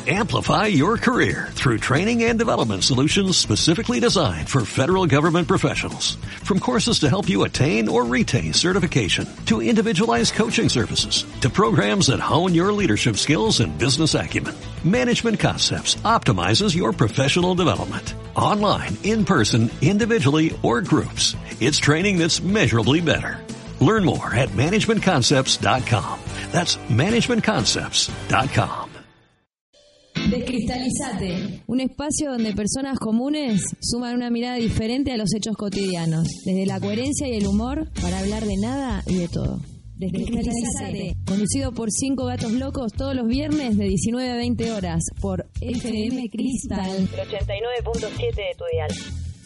Amplify your career through training and development solutions specifically designed for federal government professionals. From courses to help you attain or retain certification, to individualized coaching services, to programs that hone your leadership skills and business acumen, Management Concepts optimizes your professional development. Online, in person, individually, or groups, it's training that's measurably better. Learn more at managementconcepts.com. That's managementconcepts.com. Descristalizate, un espacio donde personas comunes suman una mirada diferente a los hechos cotidianos, desde la coherencia y el humor para hablar de nada y de todo. Descristalizate, conducido por 5 gatos locos todos los viernes de 19 a 20 horas por FM Cristal, el 89.7 de tu dial.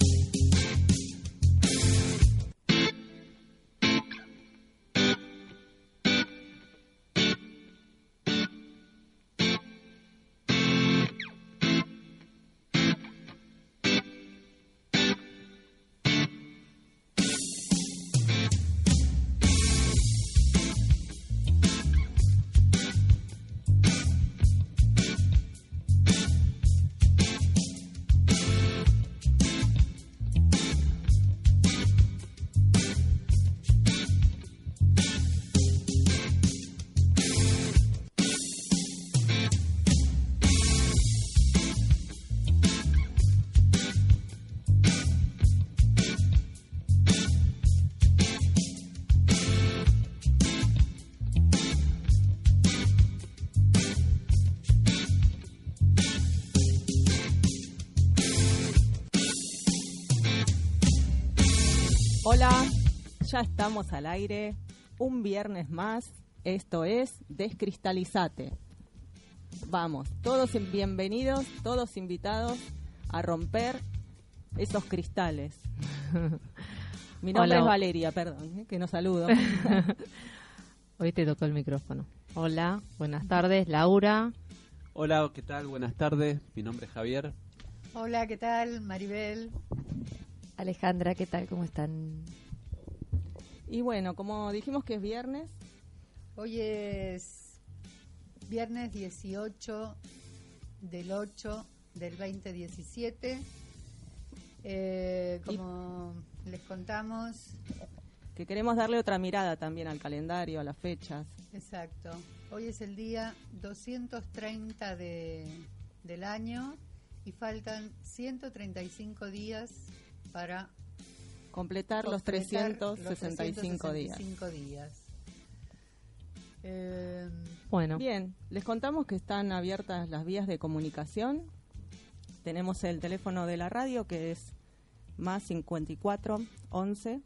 Hola, ya estamos al aire, un viernes más, esto es Descristalizate. Vamos, todos bienvenidos, todos invitados a romper esos cristales. Mi nombre es Valeria, perdón, que no saludo. Hoy te tocó el micrófono. Hola, buenas tardes, Laura. Hola, ¿qué tal? Buenas tardes, mi nombre es Javier. Hola, ¿qué tal? Maribel. Alejandra, ¿qué tal? ¿Cómo están? Y bueno, como dijimos que es viernes. Hoy es viernes 18 del 8 del 2017. Como les contamos, que queremos darle otra mirada también al calendario, a las fechas. Exacto. Hoy es el día 230 del año y faltan 135 días para completar los 365 días. Bueno. Bien, les contamos que están abiertas las vías de comunicación. Tenemos el teléfono de la radio que es más 54 11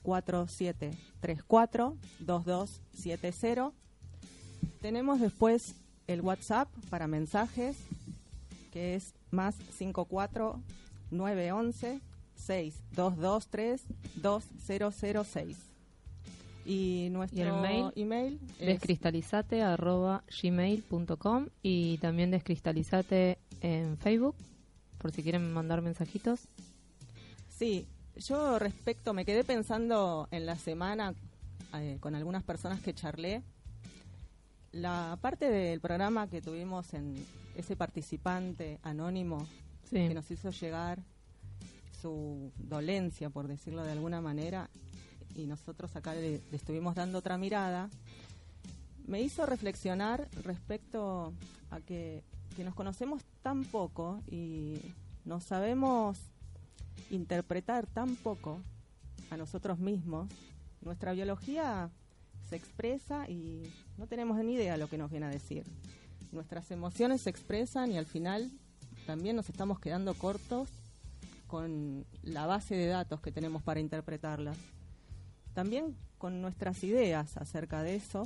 4734 2270. Tenemos después el WhatsApp para mensajes que es más 54 911 6223 2006. Y nuestro email es descristalizate@gmail.com y también Descristalizate en Facebook, por si quieren mandar mensajitos. Sí, yo me quedé pensando en la semana con algunas personas que charlé. La parte del programa que tuvimos en ese participante anónimo que nos hizo llegar su dolencia, por decirlo de alguna manera, y nosotros acá le estuvimos dando otra mirada, me hizo reflexionar respecto a que nos conocemos tan poco y nos sabemos interpretar tan poco a nosotros mismos. Nuestra biología se expresa y no tenemos ni idea lo que nos viene a decir. Nuestras emociones se expresan y al final también nos estamos quedando cortos con la base de datos que tenemos para interpretarlas. También con nuestras ideas acerca de eso.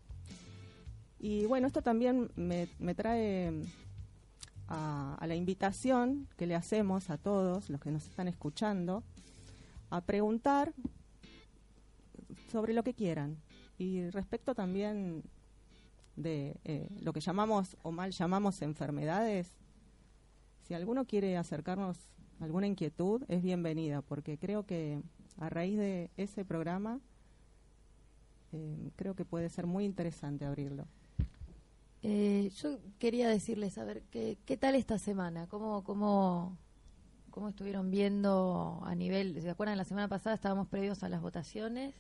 Y bueno, esto también me trae a la invitación que le hacemos a todos los que nos están escuchando a preguntar sobre lo que quieran. Y respecto también de lo que llamamos o mal llamamos enfermedades, si alguno quiere acercarnos alguna inquietud, es bienvenida, porque creo que a raíz de ese programa creo que puede ser muy interesante abrirlo. Yo quería decirles, a ver, ¿qué tal esta semana? ¿Cómo estuvieron viendo a nivel? ¿Se acuerdan? La semana pasada estábamos previos a las votaciones.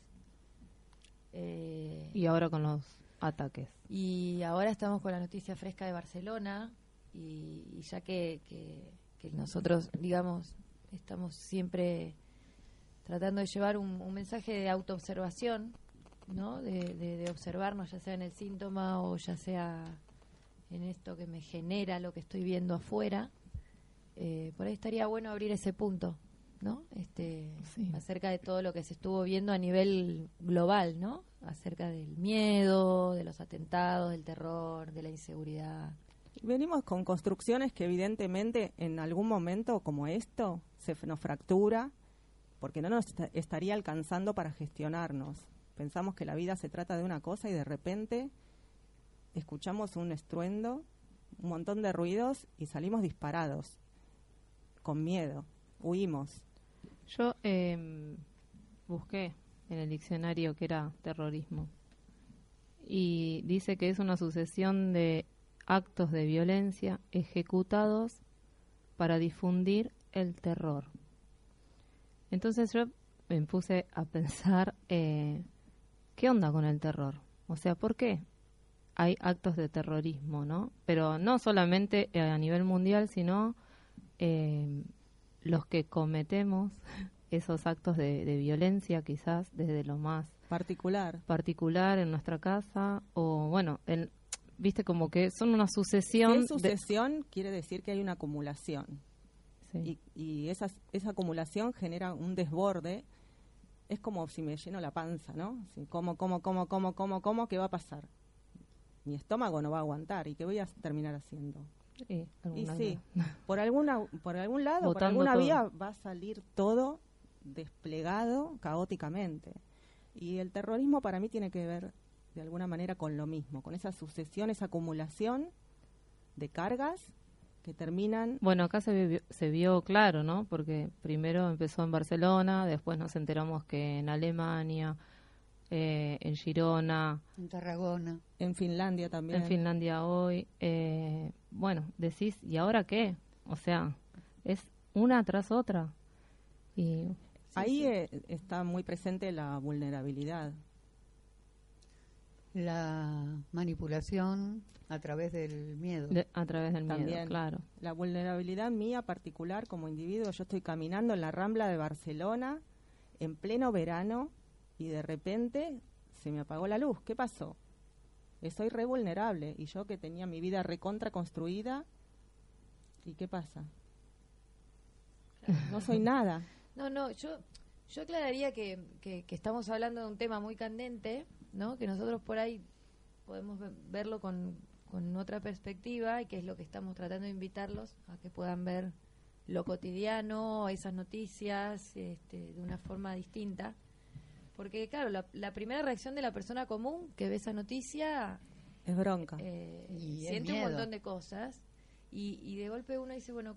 Y ahora con los ataques. Y ahora estamos con la noticia fresca de Barcelona. Y ya que nosotros, digamos, estamos siempre tratando de llevar un mensaje de autoobservación, ¿no? De observarnos, ya sea en el síntoma o ya sea en esto que me genera lo que estoy viendo afuera. Por ahí estaría bueno abrir ese punto, ¿no? Sí. Acerca de todo lo que se estuvo viendo a nivel global, ¿no? Acerca del miedo, de los atentados, del terror, de la inseguridad. Venimos con construcciones que evidentemente en algún momento como esto nos fractura, porque no nos estaría alcanzando para gestionarnos. Pensamos que la vida se trata de una cosa y de repente escuchamos un estruendo, un montón de ruidos y salimos disparados, con miedo, huimos. Yo busqué en el diccionario que era terrorismo y dice que es una sucesión de actos de violencia ejecutados para difundir el terror. Entonces yo me puse a pensar, ¿qué onda con el terror? O sea, ¿por qué hay actos de terrorismo, no? Pero no solamente a nivel mundial, sino los que cometemos esos actos de violencia, quizás desde lo más particular en nuestra casa, o bueno, viste, como que son una sucesión. Si es sucesión, quiere decir que hay una acumulación. Sí. Y esa acumulación genera un desborde. Es como si me lleno la panza, ¿no? Si como, ¿qué va a pasar? Mi estómago no va a aguantar. ¿Y qué voy a terminar haciendo? Sí, Y sí, por algún lado, por Botando alguna todo. vía va a salir todo desplegado caóticamente. Y el terrorismo para mí tiene que ver de alguna manera con lo mismo, con esa sucesión, esa acumulación de cargas que terminan... Bueno, acá se vio claro, ¿no? Porque primero empezó en Barcelona, después nos enteramos que en Alemania, en Girona, En Tarragona. En Finlandia también. en Finlandia hoy. Bueno, decís, ¿y ahora qué? O sea, es una tras otra. Y Ahí está muy presente la vulnerabilidad. La manipulación a través del miedo. a través del miedo, También. claro. La vulnerabilidad mía particular como individuo. Yo estoy caminando en la Rambla de Barcelona en pleno verano y de repente se me apagó la luz. ¿Qué pasó? Soy re vulnerable y yo que tenía mi vida recontra construida. ¿Y qué pasa? No soy nada. No, yo aclararía que estamos hablando de un tema muy candente, ¿no? Que nosotros por ahí podemos verlo con otra perspectiva y que es lo que estamos tratando de invitarlos a que puedan ver lo cotidiano, esas noticias, de una forma distinta. Porque, claro, la primera reacción de la persona común que ve esa noticia Es bronca. Y siente el un miedo. montón de cosas y de golpe uno dice, bueno,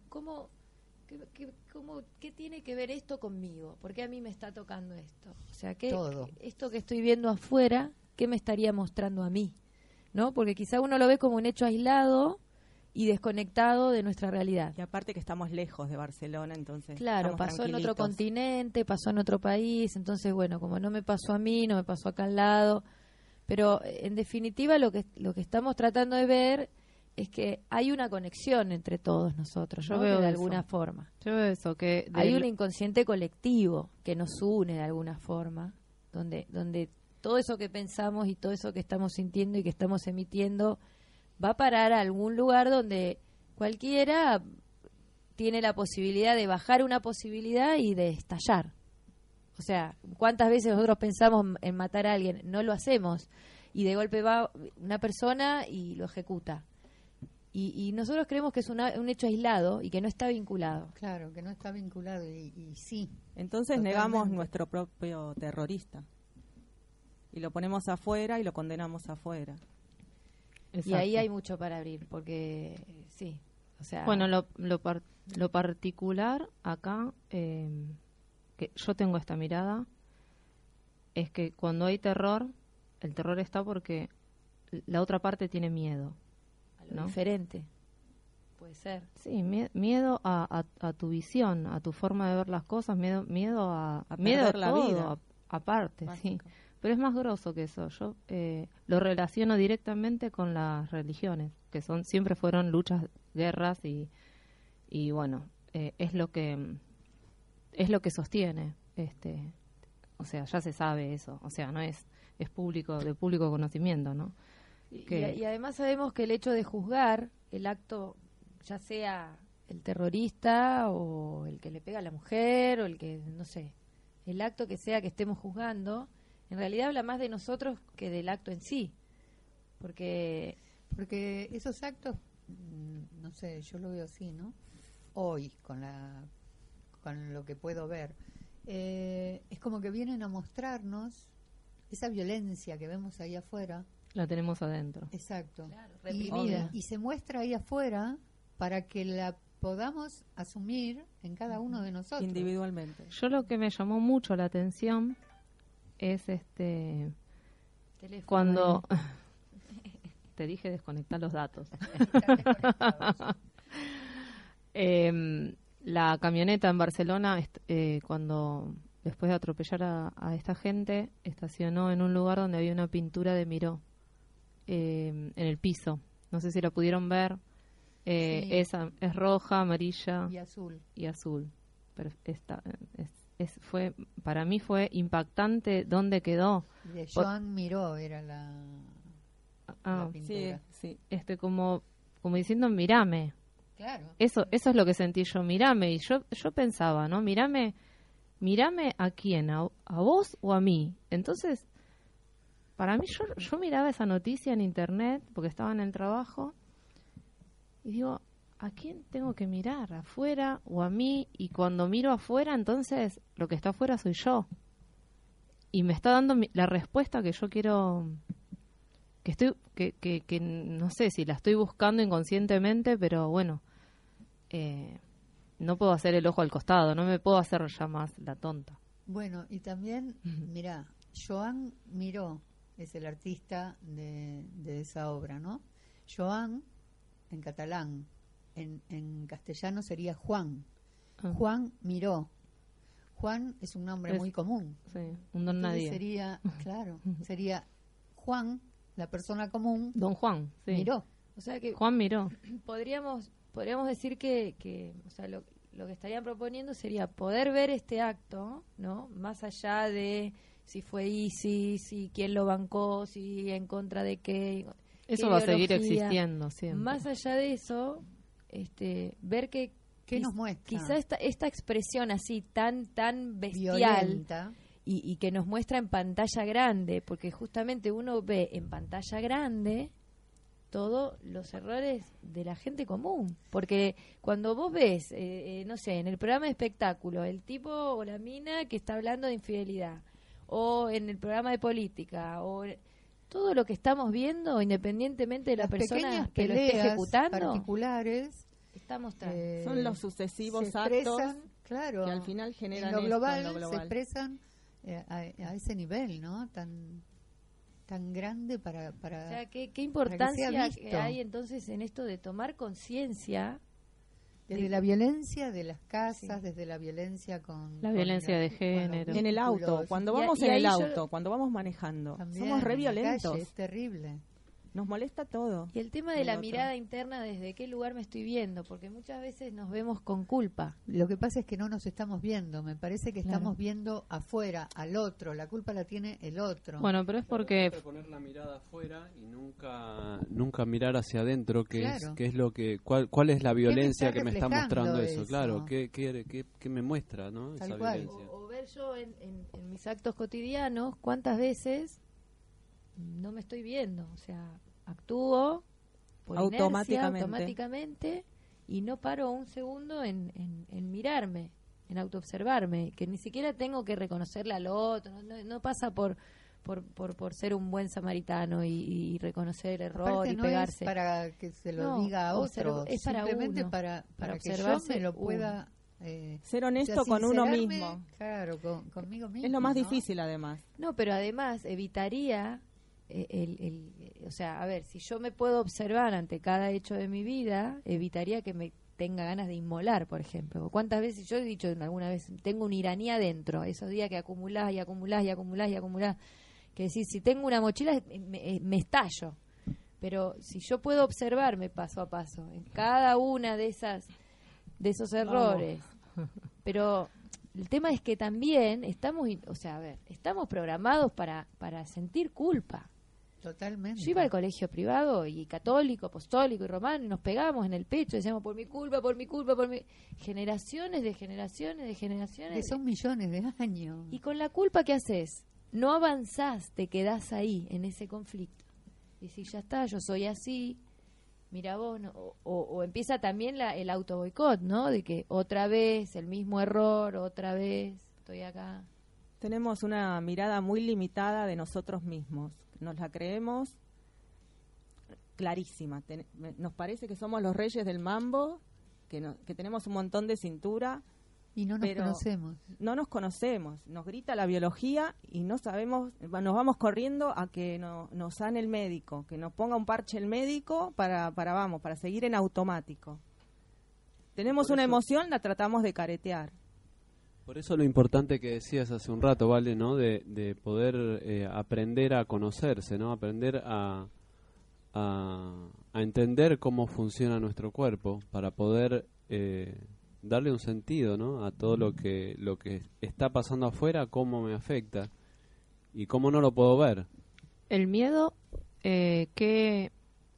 ¿qué tiene que ver esto conmigo? ¿Por qué a mí me está tocando esto? O sea, Todo. esto que estoy viendo afuera, ¿qué me estaría mostrando a mí? ¿No? Porque quizá uno lo ve como un hecho aislado y desconectado de nuestra realidad. Y aparte que estamos lejos de Barcelona, entonces Claro, estamos pasó en otro tranquilitos. continente, pasó en otro país, entonces, bueno, como no me pasó a mí, no me pasó acá al lado. Pero, en definitiva, lo que estamos tratando de ver es que hay una conexión entre todos nosotros, Yo ¿no? veo Que de eso. alguna forma. Yo veo eso, que Hay un inconsciente colectivo que nos une de alguna forma, donde todo eso que pensamos y todo eso que estamos sintiendo y que estamos emitiendo va a parar a algún lugar donde cualquiera tiene la posibilidad de bajar una posibilidad y de estallar. O sea, ¿cuántas veces nosotros pensamos en matar a alguien? No lo hacemos. Y de golpe va una persona y lo ejecuta. Y nosotros creemos que es un hecho aislado y que no está vinculado. Claro, que no está vinculado y sí. Entonces Totalmente. negamos nuestro propio terrorista. Y lo ponemos afuera y lo condenamos afuera. Y ahí hay mucho para abrir, porque sí, o sea... Bueno, lo particular acá, que yo tengo esta mirada, es que cuando hay terror, el terror está porque la otra parte tiene miedo. ¿no? Diferente. Puede ser. Sí, miedo a tu visión, a tu forma de ver las cosas, miedo a perder la todo, vida. aparte, sí. Básico. Pero es más grosso que eso. Yo lo relaciono directamente con las religiones, que siempre fueron luchas, guerras y bueno, es lo que sostiene. O sea, ya se sabe eso. O sea, no es público, de público conocimiento, ¿no? Y además sabemos que el hecho de juzgar el acto, ya sea el terrorista o el que le pega a la mujer o el que, no sé, el acto que sea que estemos juzgando, en realidad habla más de nosotros que del acto en sí. Porque esos actos, no sé, yo lo veo así, ¿no? Hoy, con lo que puedo ver, es como que vienen a mostrarnos esa violencia que vemos ahí afuera. La tenemos adentro. Exacto. Claro, reprimida. Y se muestra ahí afuera para que la podamos asumir en cada uno de nosotros. Individualmente. Yo lo que me llamó mucho la atención es Teléfono, cuando te dije desconectar los datos. La camioneta en Barcelona, cuando después de atropellar a esta gente, estacionó en un lugar donde había una pintura de Miró en el piso. No sé si la pudieron ver. Sí. Esa es roja, amarilla Y azul. Pero para mí fue impactante dónde quedó. De Joan Miró era la pintura. Sí. Como diciendo, mírame. Claro. Eso es lo que sentí yo, mírame. Y yo pensaba, ¿no? Mírame a quién, a vos o a mí. Entonces, para mí, yo miraba esa noticia en internet, porque estaba en el trabajo, y digo, ¿a quién tengo que mirar? ¿Afuera o a mí? Y cuando miro afuera, entonces, lo que está afuera soy yo. Y me está dando la respuesta que yo quiero, que no sé si la estoy buscando inconscientemente, pero bueno, no puedo hacer el ojo al costado, no me puedo hacer ya más la tonta. Bueno, y también, mirá, Joan Miró es el artista de esa obra, ¿no? Joan, en catalán, en castellano sería Juan. Juan Miró. Juan es un nombre muy común. Sí, un don nadie. Sería, claro, sería Juan, la persona común. Don Juan, sí. Miró. O sea que Juan Miró. podríamos decir que o sea, lo que estarían proponiendo sería poder ver este acto, ¿no? Más allá de si fue ISIS, si quién lo bancó, si en contra de qué. Eso va a seguir existiendo siempre. Más allá de eso, ver que ¿Qué nos muestra? Quizá esta expresión así tan bestial violenta, y que nos muestra en pantalla grande, porque justamente uno ve en pantalla grande todos los errores de la gente común, porque cuando vos ves, no sé, en el programa de espectáculo, el tipo o la mina que está hablando de infidelidad, o en el programa de política, o todo lo que estamos viendo, independientemente de la persona que lo esté ejecutando, particulares, está mostrando. Son los sucesivos se actos expresan, claro, que al final generan en lo esto, global, se expresan a ese nivel, ¿no? Tan grande para o sea, qué importancia para que sea visto. hay entonces en esto de tomar conciencia desde la violencia de las casas, desde la violencia con violencia de género, en el auto, cuando vamos en el auto, cuando vamos manejando, somos re violentos. Es terrible. Nos molesta todo. Y el tema de la mirada interna, desde qué lugar me estoy viendo, porque muchas veces nos vemos con culpa. Lo que pasa es que no nos estamos viendo, me parece que estamos viendo afuera, al otro, la culpa la tiene el otro. Bueno, pero es porque poner la mirada afuera y nunca mirar hacia adentro, Claro. es lo que cuál es la violencia que me está reflejando mostrando eso, eso? claro, qué me muestra, ¿no? Tal Esa cual. violencia. O ver yo en mis actos cotidianos cuántas veces no me estoy viendo, o sea, actúo por automáticamente y no paro un segundo en mirarme, en autoobservarme, que ni siquiera tengo que reconocerle al otro, no pasa por ser un buen samaritano y reconocer el error. Aparte, y no pegarse. Es para que se lo diga a otro, es para simplemente uno, para que yo observarse me lo pueda ser honesto con uno sincerarme, mismo. Claro, conmigo mismo. Es lo más ¿no? difícil, además. No, pero además evitaría o sea, a ver, si yo me puedo observar ante cada hecho de mi vida, evitaría que me tenga ganas de inmolar, por ejemplo. ¿Cuántas veces yo he dicho alguna vez, tengo un iraní adentro, esos días que acumulás y acumulás y acumulás y acumulás, que decir, si tengo una mochila me estallo. Pero si yo puedo observarme paso a paso en cada una de esos errores, pero el tema es que también estamos, o sea, a ver, estamos programados para sentir culpa. Totalmente. Yo iba al colegio privado y católico, apostólico y romano y nos pegamos en el pecho, decíamos por mi culpa, por mi culpa, por mi... Generaciones de generaciones de generaciones. Que son millones de años. Y con la culpa, ¿qué haces? No avanzás, te quedás ahí, en ese conflicto. Y si ya está, yo soy así, mira vos, no, o empieza también el auto boicot, ¿no? De que otra vez, el mismo error, otra vez, estoy acá. Tenemos una mirada muy limitada de nosotros mismos. Nos la creemos clarísima. Nos parece que somos los reyes del mambo, que tenemos un montón de cintura. Y no nos conocemos. No nos conocemos. Nos grita la biología y no sabemos, nos vamos corriendo a que nos sane el médico, que nos ponga un parche el médico para seguir en automático. Tenemos una emoción, la tratamos de caretear. Por eso lo importante que decías hace un rato, ¿vale? ¿No? De poder aprender a conocerse, ¿no? Aprender a entender cómo funciona nuestro cuerpo para poder darle un sentido, ¿no? A todo lo que está pasando afuera, cómo me afecta y cómo no lo puedo ver. El miedo, ¿qué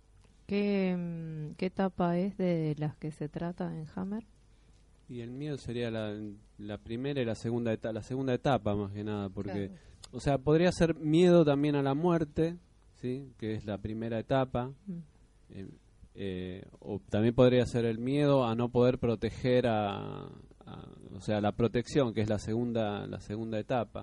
etapa es de las que se trata en Hammer? Y el miedo sería la primera y la segunda etapa más que nada, porque, claro. O sea, podría ser miedo también a la muerte, ¿sí? Que es la primera etapa, o también podría ser el miedo a no poder proteger o sea, la protección, que es la segunda etapa.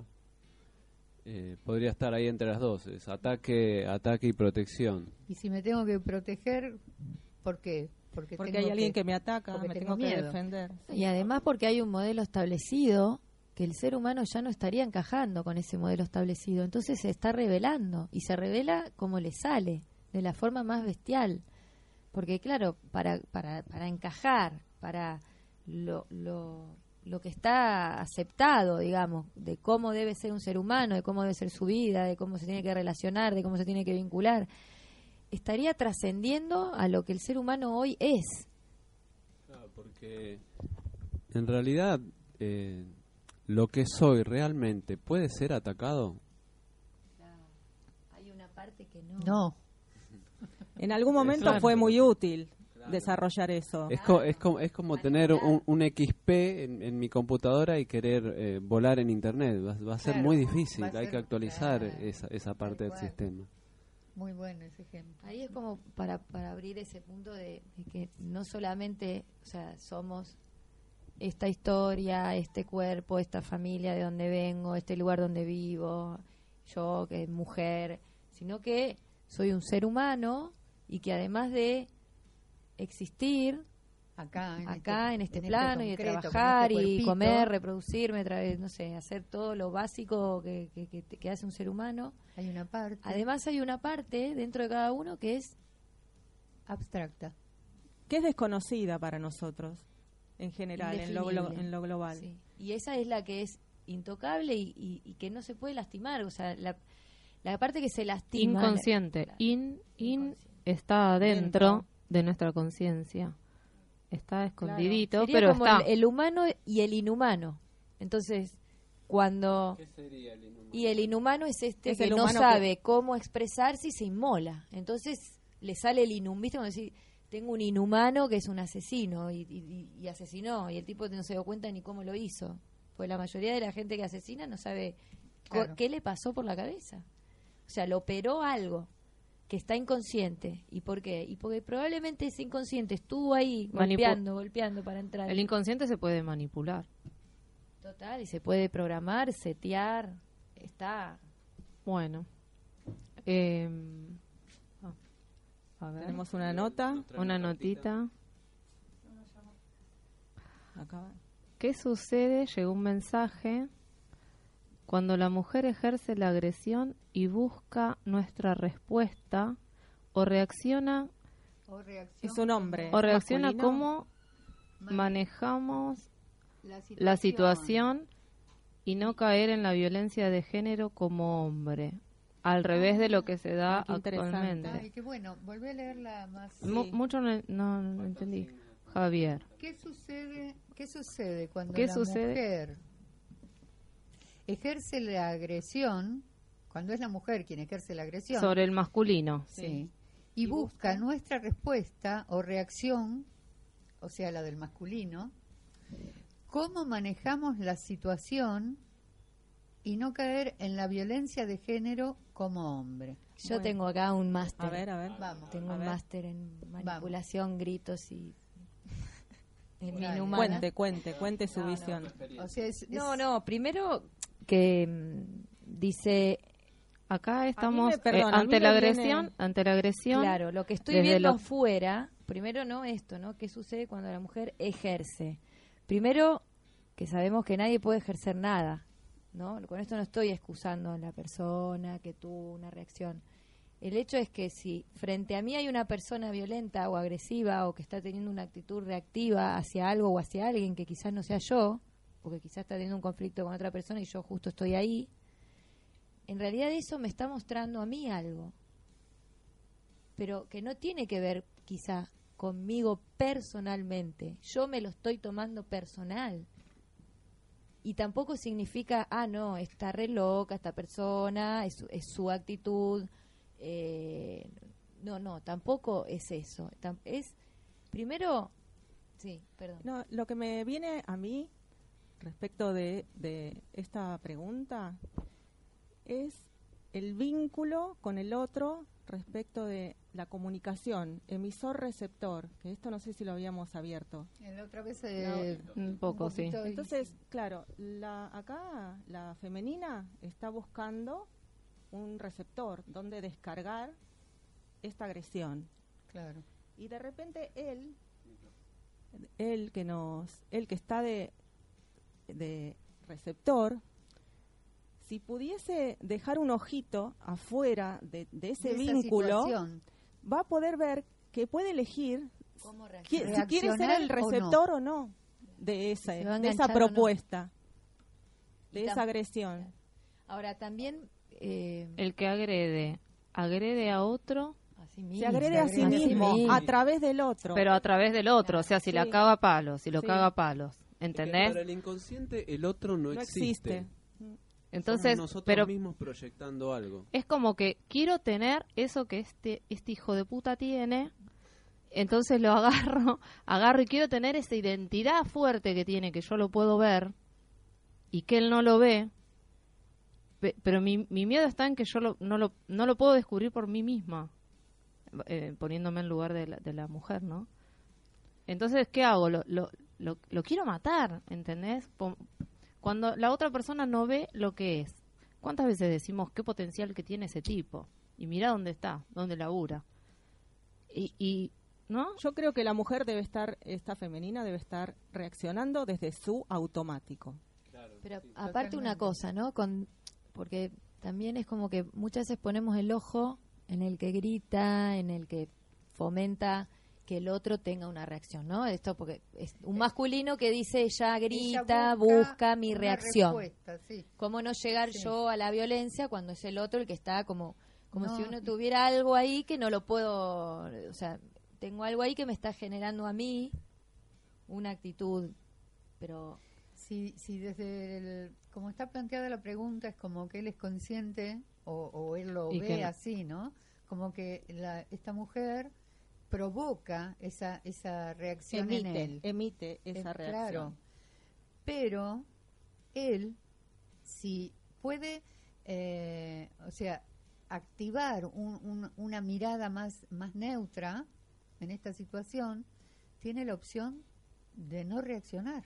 Podría estar ahí entre las dos, es ataque y protección. Y si me tengo que proteger, ¿por qué? Porque hay alguien que me ataca, me tengo que defender. Y además porque hay un modelo establecido que el ser humano ya no estaría encajando con ese modelo establecido. Entonces se está revelando y se revela como le sale, de la forma más bestial. Porque claro, para encajar, para lo que está aceptado, digamos, de cómo debe ser un ser humano, de cómo debe ser su vida, de cómo se tiene que relacionar, de cómo se tiene que vincular, estaría trascendiendo a lo que el ser humano hoy es. Claro, porque en realidad lo que soy realmente puede ser atacado. Claro. Hay una parte que no. No. En algún momento fue muy útil desarrollar eso. Es como tener un XP en mi computadora y querer volar en internet. Va a ser muy difícil, hay que actualizar esa parte del sistema. Muy bueno ese ejemplo. Ahí es como para abrir ese punto de que no solamente, o sea, somos esta historia, este cuerpo, esta familia de donde vengo, este lugar donde vivo, yo que mujer, sino que soy un ser humano y que además de existir acá en este plano y de trabajar y comer, reproducirme, no sé, hacer todo lo básico que hace un ser humano. Hay una parte. Además hay una parte dentro de cada uno que es abstracta, que es desconocida para nosotros en general, en lo global. Sí. Y esa es la que es intocable y que no se puede lastimar, o sea, la parte que se lastima. Inconsciente. Está dentro de nuestra conciencia. Está escondidito, claro. Pero como está. El humano y el inhumano. Entonces, cuando... ¿Qué sería el inhumano? Y el inhumano es que no sabe cómo expresarse y se inmola. Entonces, le sale el inhumano. ¿Viste? Como decir, tengo un inhumano que es un asesino y asesinó. Y el tipo no se dio cuenta ni cómo lo hizo. Pues la mayoría de la gente que asesina no sabe qué le pasó por la cabeza. O sea, lo operó algo que está inconsciente. ¿Y por qué? Y porque probablemente ese inconsciente estuvo ahí golpeando para entrar. El inconsciente se puede manipular. Total, y se puede programar, setear, está... Bueno. A ver. Tenemos una nota. Una notita. Acá. ¿Qué sucede? Llegó un mensaje cuando la mujer ejerce la agresión y busca nuestra respuesta o reacciona Es un hombre. o reacciona masculino. como manejamos la situación y no caer en la violencia de género como hombre, al revés de lo que se da qué interesante. actualmente. Ay, qué bueno, volví a leerla más. Mucho no entendí, Javier. ¿Qué sucede cuando ¿Qué la sucede? mujer ejerce la agresión, cuando es la mujer quien ejerce la agresión, Sobre el masculino. sí, y busca nuestra respuesta o reacción, o sea, la del masculino, cómo manejamos la situación y no caer en la violencia de género como hombre? Yo Bueno. tengo acá un máster. A ver. Vamos. Tengo a un ver. máster en manipulación, gritos y en Dale. inhumana. Cuente su visión. O sea, No, primero que dice, Acá estamos perdón, a mí ante me la viene- agresión. claro, lo que estoy desde viendo lo- afuera, primero no esto, ¿no? ¿Qué sucede cuando la mujer ejerce? Primero, que sabemos que nadie puede ejercer nada, ¿no? Con esto no estoy excusando a la persona que tuvo una reacción. El hecho es que si frente a mí hay una persona violenta o agresiva o que está teniendo una actitud reactiva hacia algo o hacia alguien que quizás no sea yo, porque quizás está teniendo un conflicto con otra persona y yo justo estoy ahí, en realidad eso me está mostrando a mí algo, pero que no tiene que ver quizá conmigo personalmente. Yo me lo estoy tomando personal. Y tampoco significa, no, está re loca esta persona, es su actitud. No, tampoco es eso. Es, primero, sí, perdón. No, lo que me viene a mí respecto de esta pregunta es el vínculo con el otro respecto de la comunicación, emisor-receptor, que esto no sé si lo habíamos abierto. la otra vez Un poco, sí. poquito Entonces, claro, acá la femenina está buscando un receptor donde descargar esta agresión. claro. Y de repente él que está de receptor, si pudiese dejar un ojito afuera de ese De esa vínculo, situación, va a poder ver que puede elegir ¿cómo si quiere ser reaccionar el receptor o no de esa Se va a de esa enganchar o no. propuesta, de Y esa agresión. Ahora también El que agrede a otro, así mismo, Se agrede a sí así mismo a través del otro. pero a través del otro, o sea, si Sí. la caga a palos, si lo Sí. caga a palos, Es que ¿entendés? para el inconsciente el otro no no existe. existe. Entonces, Somos nosotros pero mismos proyectando algo. es como que quiero tener eso que este hijo de puta tiene, entonces lo agarro y quiero tener esa identidad fuerte que tiene, que yo lo puedo ver y que él no lo ve, pero mi miedo está en que yo no lo puedo descubrir por mí misma, poniéndome en lugar de la mujer, ¿no? Entonces, ¿qué hago? Lo quiero matar, ¿entendés? Cuando la otra persona no ve lo que es. ¿Cuántas veces decimos qué potencial que tiene ese tipo? Y mira dónde está, dónde labura. Y ¿no? Yo creo que la mujer esta femenina debe estar reaccionando desde su automático. Pero aparte una cosa, ¿no? Porque también es como que muchas veces ponemos el ojo en el que grita, en el que fomenta que el otro tenga una reacción, ¿no? Esto porque es un masculino que dice ella grita, Ella busca mi una reacción. respuesta, sí. ¿Cómo no llegar Sí. yo a la violencia cuando es el otro el que está como No, si uno tuviera algo ahí que no lo puedo, o sea, tengo algo ahí que me está generando a mí una actitud, pero Si desde como está planteada la pregunta es como que él es consciente o él lo Y ve que no. así, ¿no? Como que esta mujer provoca esa reacción en él. Emite esa reacción. Claro. Pero él, si puede, o sea, activar una mirada más neutra en esta situación, tiene la opción de no reaccionar.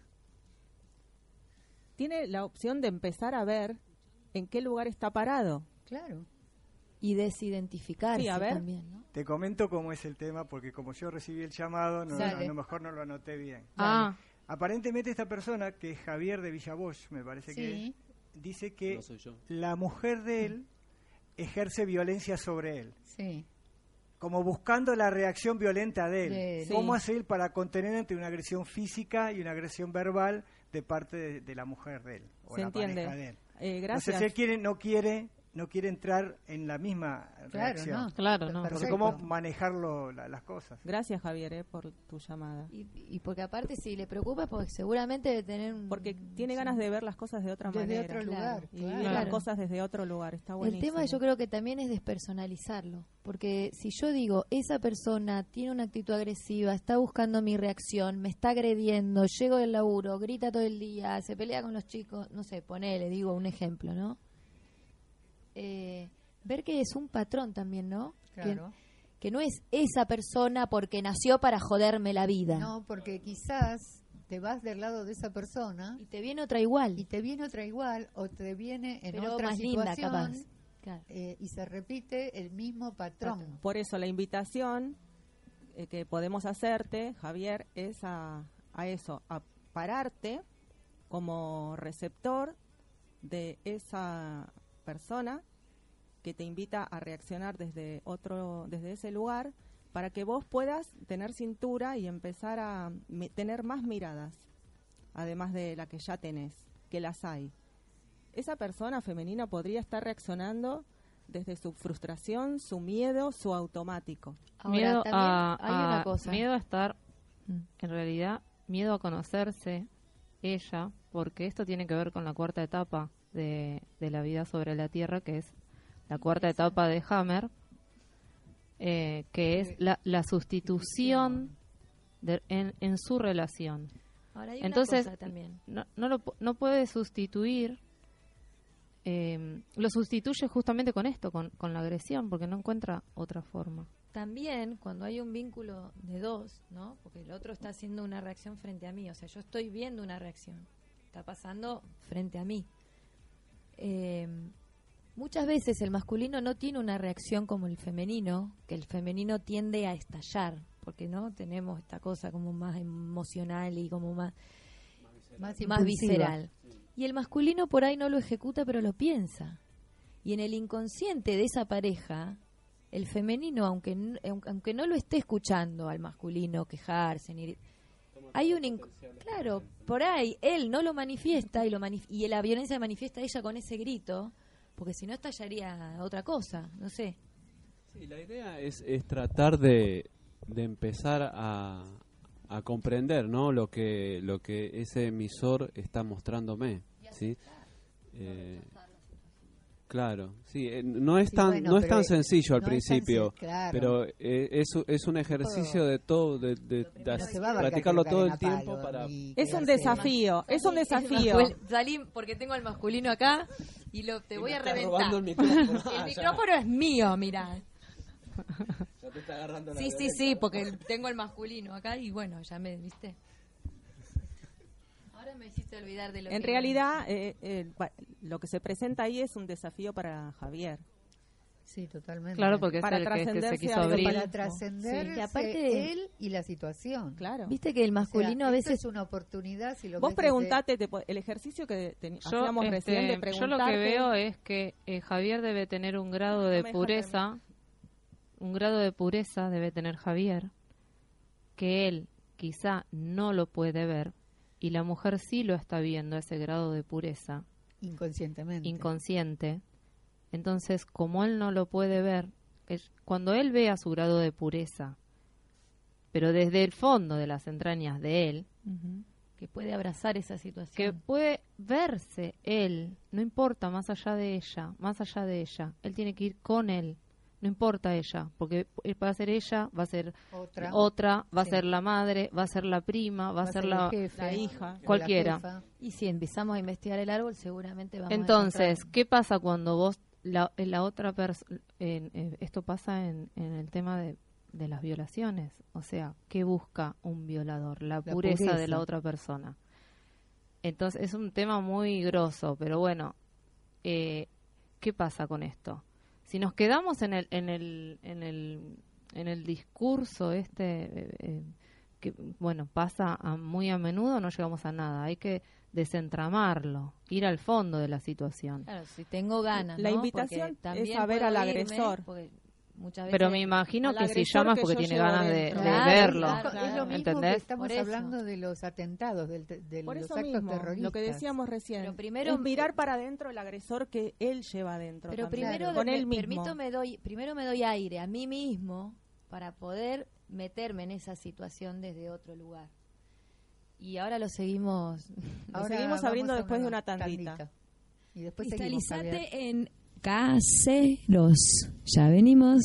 Tiene la opción de empezar a ver en qué lugar está parado. Claro. y desidentificarse Sí, a ver. también, ¿no? Te comento cómo es el tema, porque como yo recibí el llamado, Dale. a lo mejor no lo anoté bien. Ah, Aparentemente esta persona, que es Javier de Villa Bosch, me parece que Sí. dice que No soy yo. la mujer de él ejerce violencia sobre él, Sí. como buscando la reacción violenta de él. De él. ¿Cómo Sí. hace él para contener entre una agresión física y una agresión verbal de parte de la mujer de él? O Se la entiende. pareja de él. Gracias. Entonces él no quiere entrar en la misma Claro, reacción. no. Claro, no. Entonces, Perfecto. ¿cómo manejarlo las cosas? Gracias, Javier, por tu llamada. Y porque aparte si le preocupa, porque seguramente debe tener un... Porque tiene ganas de ver las cosas de otra Desde manera. otro lugar, Y claro. vivir las Claro. cosas desde otro lugar. Está El buenísimo. tema yo creo que también es despersonalizarlo, porque si yo digo, esa persona tiene una actitud agresiva, está buscando mi reacción, me está agrediendo, llego del laburo, grita todo el día, se pelea con los chicos, no sé, ponele, digo un ejemplo, ¿no? Ver que es un patrón también, ¿no? Claro. Que no es esa persona porque nació para joderme la vida. No, porque quizás te vas del lado de esa persona Y te viene otra igual, y te viene otra igual o te viene en pero otra más linda situación capaz. Claro. y se repite el mismo patrón. Por eso la invitación que podemos hacerte, Javier, es a eso, a pararte como receptor de esa persona que te invita a reaccionar desde ese lugar, para que vos puedas tener cintura y empezar a tener más miradas, además de la que ya tenés, que las hay. Esa persona femenina podría estar reaccionando desde su frustración, su miedo, su automático. Ahora, Miedo también a, hay una cosa. miedo a estar, en realidad, miedo a conocerse ella, porque esto tiene que ver con la cuarta etapa de la vida sobre la Tierra, que es la cuarta etapa de Hammer, que es la sustitución en su relación. Ahora hay Entonces, una cosa también. no puede sustituir, lo sustituye justamente con esto, con la agresión, porque no encuentra otra forma. También cuando hay un vínculo de dos, ¿no? Porque el otro está haciendo una reacción frente a mí, o sea, yo estoy viendo una reacción, está pasando frente a mí. Muchas veces el masculino no tiene una reacción como el femenino, que el femenino tiende a estallar, porque no tenemos esta cosa como más emocional y como más Más más impulsiva. visceral. Y el masculino por ahí no lo ejecuta, pero lo piensa. Y en el inconsciente de esa pareja, el femenino, aunque no lo esté escuchando al masculino quejarse, hay un claro, por ahí él no lo manifiesta y la violencia manifiesta ella con ese grito, porque si no estallaría otra cosa, no sé. Sí, la idea es tratar de empezar a comprender, ¿no? lo que ese emisor está mostrándome, ¿sí? Claro, sí, no es Sí, tan bueno, no es pero tan sencillo al no es tan principio, claro. pero es un ejercicio de todo, de No se va a abarcar practicarlo que todo caigan el a tiempo palo para... y Es un quedarse- desafío, es un desafío. Salí porque tengo al masculino acá y te voy a reventar. robando el micrófono. El micrófono es mío, mira. Ya te está agarrando la Sí, violencia. sí, porque tengo el masculino acá y bueno, ya me viste. Ahora me hiciste olvidar de lo En que... realidad, lo que se presenta ahí es un desafío para Javier. Sí, totalmente. Claro, porque es Para el que se trascenderse quiso a lo abrir. para trascender Sí, que aparte- él y la situación. Claro. Viste que el masculino a O sea, esto veces... es una oportunidad si lo Vos ves preguntate, el ejercicio que hacíamos recién de yo preguntarte. lo que veo es que Javier debe tener un grado de No me deja pureza, un grado de pureza debe tener Javier, que él quizá no lo puede ver, y la mujer sí lo está viendo, ese grado de pureza inconscientemente. inconsciente. Entonces, como él no lo puede ver, cuando él vea su grado de pureza, pero desde el fondo de las entrañas de él, Ujú, que puede abrazar esa que situación. puede verse él, no importa más allá de ella, él tiene que ir con él, no importa ella, porque va a ser ella, va a ser otra, va a Sí. ser la madre, va a ser la prima, va a ser la... el jefe, la hija, o cualquiera. jefa. Y si empezamos a investigar el árbol, seguramente vamos a Entonces, encontrar- ¿qué pasa cuando vos, la otra persona, esto pasa en el tema de las violaciones, o sea, ¿qué busca un violador? La pureza de la otra persona. Entonces, es un tema muy grosso, pero bueno, ¿qué pasa con esto? Si nos quedamos en el discurso que pasa muy a menudo, no llegamos a nada. Hay que desentramarlo, ir al fondo de la situación. Claro, si tengo ganas, la invitación es a ver al agresor. Muchas veces pero me imagino que si llamas porque tiene ganas de verlo. Claro. Es lo mismo ¿entendés? que estamos hablando de los atentados, de por los eso actos mismo, terroristas. lo que decíamos recién, pero primero es mirar para adentro el agresor que él lleva adentro. Pero también, primero con él mismo. Primero me doy aire a mí mismo para poder meterme en esa situación desde otro lugar. Y ahora lo seguimos abriendo después de una tandita. Y después Cristalizate en Caseros. Ya venimos.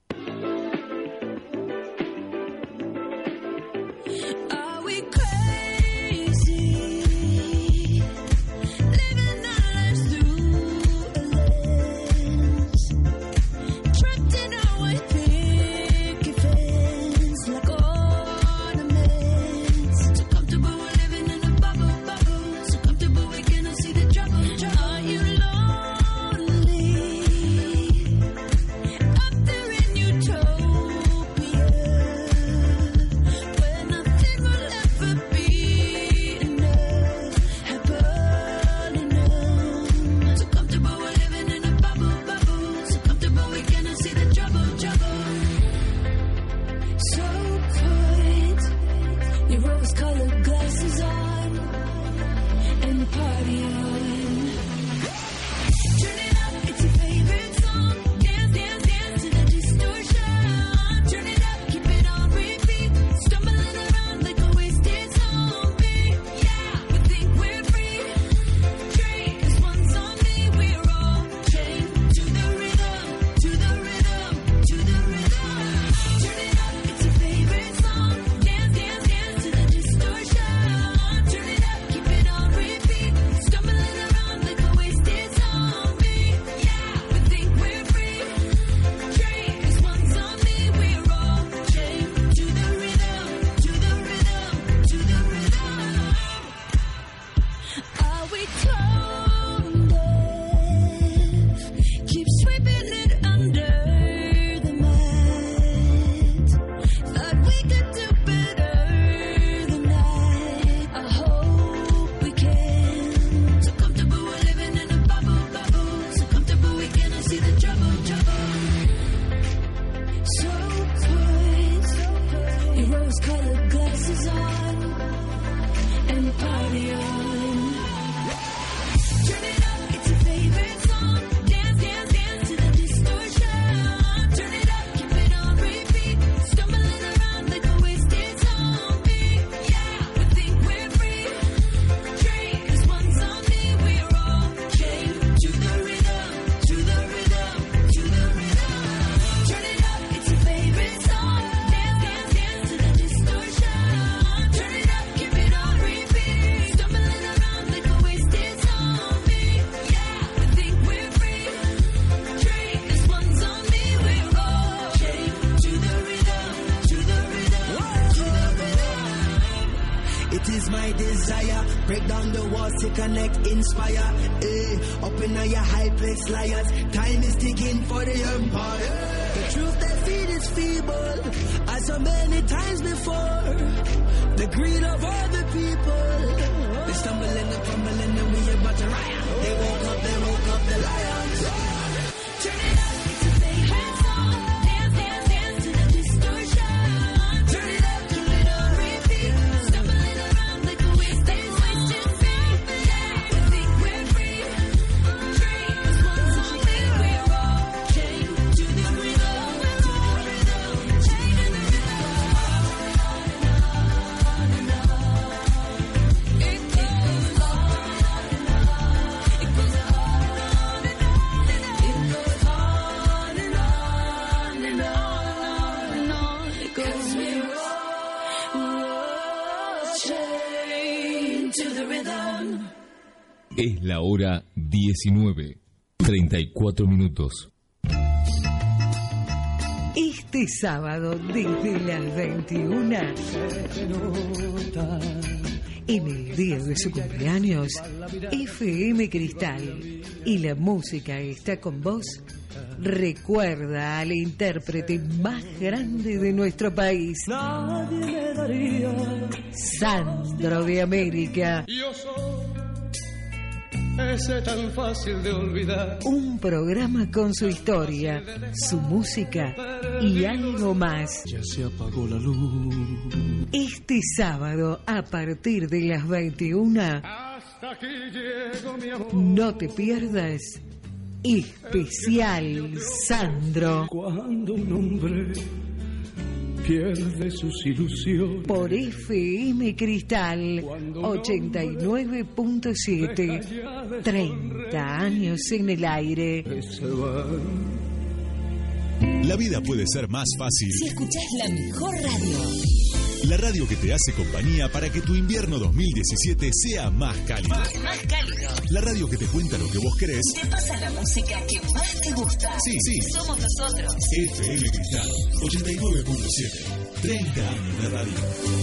Break down the walls to connect, inspire. Up in your high place, liars. Time is ticking for the empire. The truth they feed is feeble, as so many times before. The greed of other people. They stumble and they crumble and then we about to riot. They woke up the lions. Turn it up, it's a favorite song. Dance, dance, dance to the distortion. Turn it up, keep it on repeat. Stumbling around like a wasted song. Yeah, we think we're free. Free, this one's on me. We're all chained to the rhythm. We're all chained to the rhythm. On and on and on. It goes on and on. It goes on and on and on. It goes on and on and on and on. It goes, we're all chained to the rhythm. Es la hora 19:34. Este sábado desde las 21, en el día de su cumpleaños, FM Cristal y la música está con vos, recuerda al intérprete más grande de nuestro país. Nadie me daría. Sandro de América. Yo soy ese tan fácil de olvidar. Un programa con su historia, su música y algo más. Ya se apagó la luz. Este sábado, a partir de las 21, Hasta aquí llego, mi amor. no te pierdas Especial Sandro. Cuando un hombre pierde sus ilusiones. Por FM Cristal 89.7. 30 años en el aire. La vida puede ser más fácil si escuchás la mejor radio. La radio que te hace compañía para que tu invierno 2017 sea más cálido. Más cálido. La radio que te cuenta lo que vos querés. Te pasa la música que más te gusta. Sí. Somos nosotros. FM Cristal 89.7. 30 años de radio.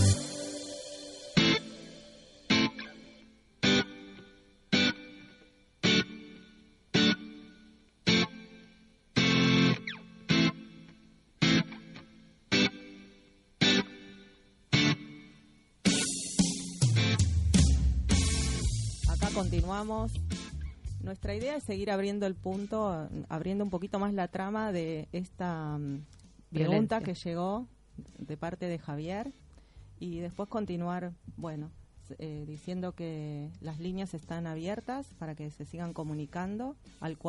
Continuamos. Nuestra idea es seguir abriendo el punto, abriendo un poquito más la trama de esta pregunta que llegó de parte de Javier y después continuar, diciendo que las líneas están abiertas para que se sigan comunicando al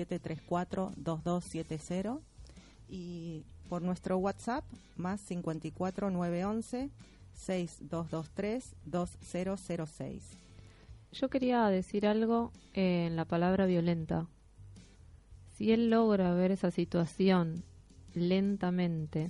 4734-2270 y por nuestro WhatsApp más 54-911-6223-2006. Yo quería decir algo en la palabra violenta. Si él logra ver esa situación lentamente,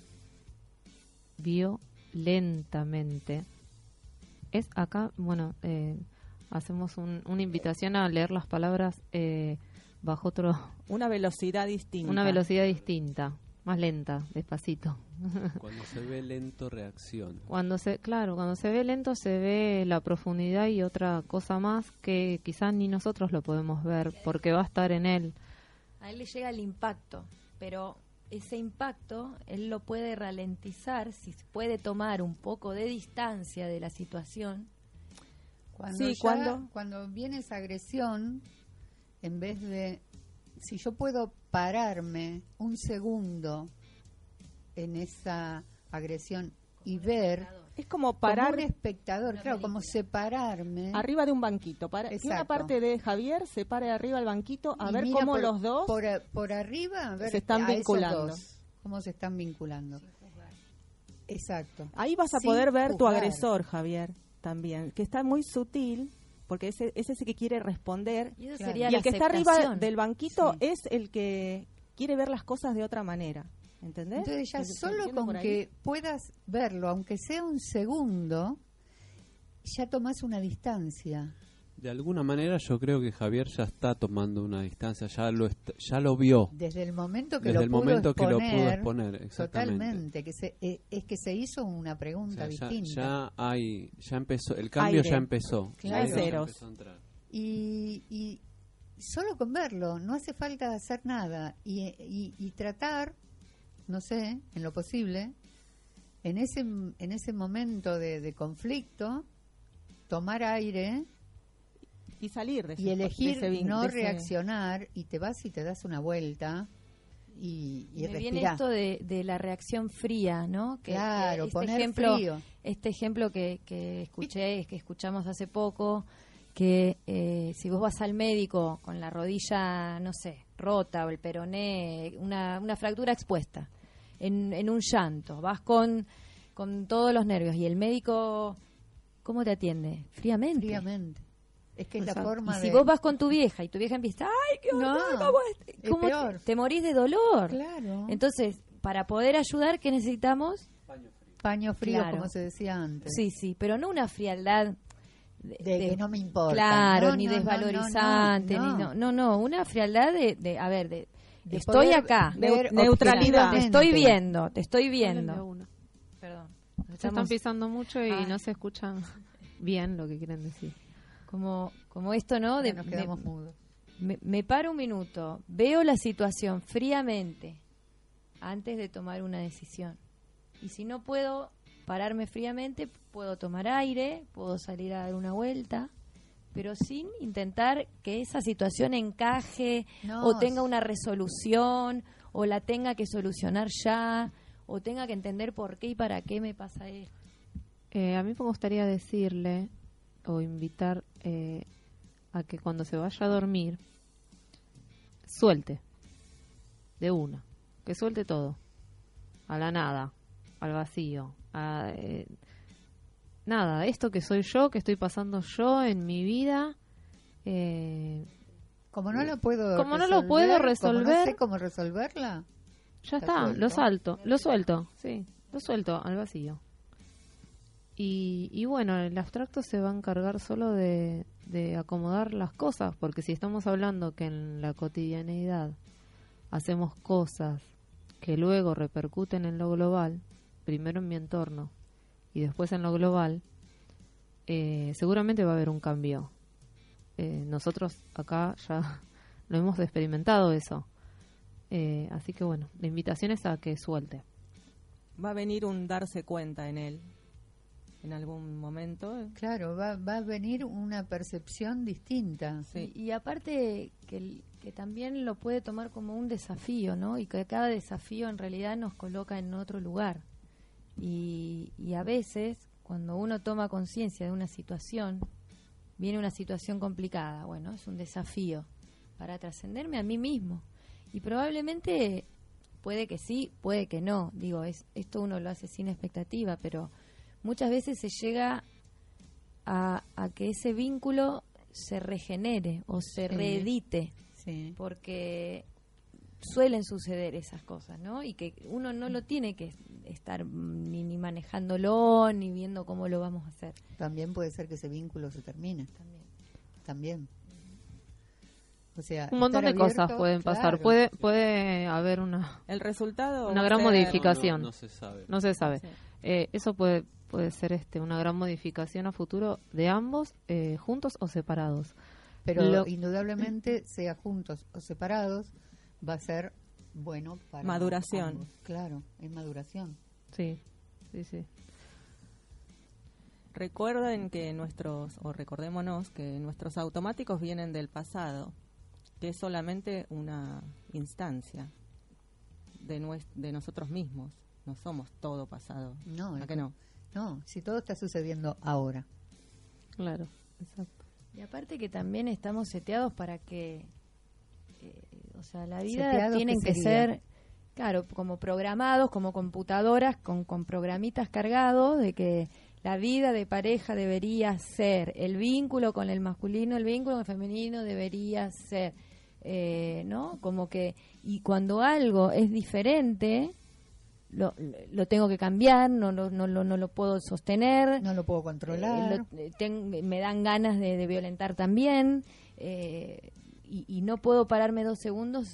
violentamente, es acá, hacemos una invitación a leer las palabras bajo una velocidad distinta. Una velocidad distinta, más lenta, despacito. Cuando se ve lento, reacciona. Cuando se ve lento se ve la profundidad y otra cosa más que quizás ni nosotros lo podemos ver porque va a estar en él. A él le llega el impacto, pero ese impacto él lo puede ralentizar si puede tomar un poco de distancia de la situación. Cuando viene esa agresión, en vez de, si yo puedo pararme un segundo en esa agresión y ver, es como parar, como un espectador, como separarme arriba de un banquito, que una parte de Javier se pare arriba del banquito a ver cómo los dos por arriba a ver se están vinculando, cómo se están vinculando. Exacto. Ahí vas a poder ver tu agresor, Javier, también, que está muy sutil. Porque ese es el que quiere responder y el que está arriba del banquito es el que quiere ver las cosas de otra manera. ¿Entendés? Entonces ya solo con que puedas verlo, aunque sea un segundo, ya tomás una distancia. De alguna manera yo creo que Javier ya está tomando una distancia, ya lo vio. Desde el momento que Desde lo pudo exponer, exactamente. Totalmente, es que se hizo una pregunta distinta. Ya empezó, el cambio ya empezó. Claro. Hay ceros. Y solo con verlo, no hace falta hacer nada y tratar, no sé, en lo posible, en ese momento de conflicto, tomar aire y salir de y elegir no reaccionar, y te vas y te das una vuelta y me respirás. viene esto de la reacción fría, ¿no? Claro, poner frío. Este ejemplo que escuché, que escuchamos hace poco, que si vos vas al médico con la rodilla, no sé, rota o el peroné, una fractura expuesta, en un llanto, vas con todos los nervios y el médico, ¿cómo te atiende? Fríamente. Es que es la forma y si vos vas con tu vieja y tu vieja empieza, ¡ay, qué horror! ¿Cómo es peor. Te morís de dolor. Claro. Entonces, para poder ayudar, ¿qué necesitamos? Paño frío, como se decía antes. Sí, pero no una frialdad de que no me importa. Claro, ni desvalorizante, no, una frialdad de estoy acá, neutralidad. Te estoy viendo. Perdón. Se están pisando mucho y no se escuchan bien lo que quieren decir. Como esto, ¿no? Nos quedamos mudos. me paro un minuto, veo la situación fríamente antes de tomar una decisión. Y si no puedo pararme fríamente, puedo tomar aire, puedo salir a dar una vuelta, pero sin intentar que esa situación encaje o tenga una resolución o la tenga que solucionar ya o tenga que entender por qué y para qué me pasa esto. A mí me gustaría decirle o invitar a que cuando se vaya a dormir suelte de una, que suelte todo, a la nada, al vacío, nada, esto que soy yo, que estoy pasando yo en mi vida. Como no lo puedo como resolver, no lo puedo resolver, como no sé cómo resolverla, ya está, lo suelto, sí, lo suelto al vacío. Y bueno, el abstracto se va a encargar solo de acomodar las cosas, porque si estamos hablando que en la cotidianeidad hacemos cosas que luego repercuten en lo global, primero en mi entorno y después en lo global, seguramente va a haber un cambio. Nosotros acá ya lo hemos experimentado eso. Así que bueno, la invitación es a que suelte. Va a venir un darse cuenta en él en algún momento. Claro, va a venir una percepción distinta. Sí. Y aparte que también lo puede tomar como un desafío, ¿no? Y que cada desafío en realidad nos coloca en otro lugar. Y a veces, cuando uno toma conciencia de una situación, viene una situación complicada. Bueno, es un desafío para trascenderme a mí mismo. Y probablemente puede que sí, puede que no. Digo, esto uno lo hace sin expectativa, pero muchas veces se llega a que ese vínculo se regenere o se reedite, porque suelen suceder esas cosas, ¿no? Y que uno no lo tiene que estar ni manejándolo, ni viendo cómo lo vamos a hacer. También puede ser que ese vínculo se termine. También. O sea, un montón de cosas pueden pasar. Claro. Puede haber el resultado, una gran modificación. No se sabe. No se sabe. Sí. Eso puede ser una gran modificación a futuro de ambos, juntos o separados. Pero indudablemente, sea juntos o separados, va a ser bueno para maduración. ambos. Claro, es maduración. Sí. Recordémonos que nuestros automáticos vienen del pasado, que es solamente una instancia de nosotros mismos. No somos todo pasado. No, ¿A que no? No, si todo está sucediendo ahora. Claro, exacto. Y aparte que también estamos seteados para que, o sea, la vida ¿Seteados tienen qué que sería? ser, claro, como programados, como computadoras, con programitas cargados de que la vida de pareja debería ser, el vínculo con el masculino, el vínculo con el femenino debería ser, ¿no? Como que, y cuando algo es diferente, lo tengo que cambiar, no lo puedo sostener, no lo puedo controlar, me dan ganas de violentar también, y no puedo pararme 2 segundos